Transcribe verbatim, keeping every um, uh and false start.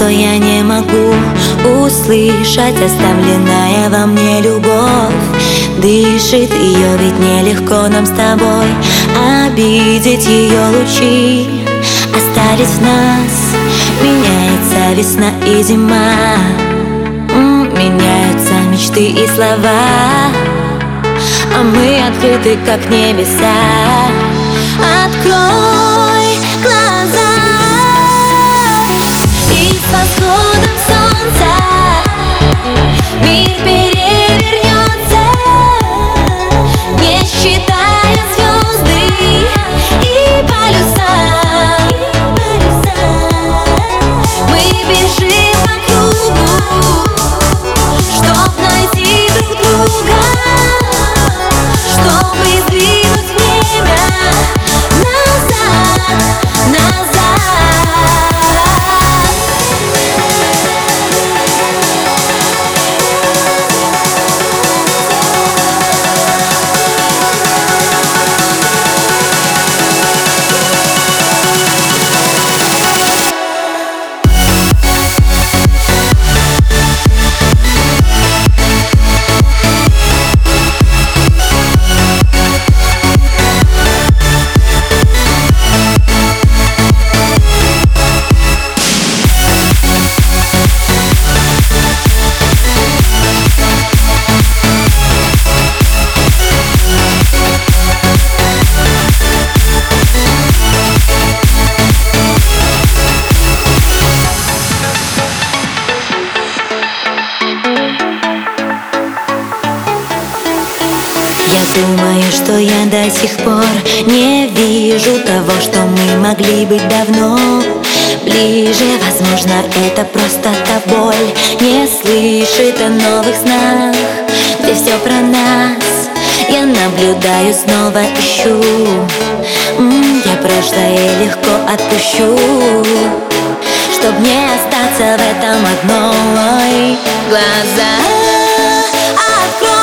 что я не могу услышать оставленная во мне любовь. Дышит ее, ведь нелегко нам с тобой обидеть ее лучи, оставить нас. Меняется весна и зима, меняются мечты и слова, а мы открыты, как небеса. Открой глаза, и с восходом солнца мир перевернется, не считая звезды и полюса. Мы бежим по кругу, чтоб найти друг друга, чтобы сдвинуть время назад, назад. Я думаю, что я до сих пор не вижу того, что мы могли быть давно ближе. Возможно, это просто та боль не слышит о новых снах, где все про нас. Я наблюдаю, снова ищу, М, я прошлое легко отпущу, чтоб не остаться в этом одной. Глаза открой.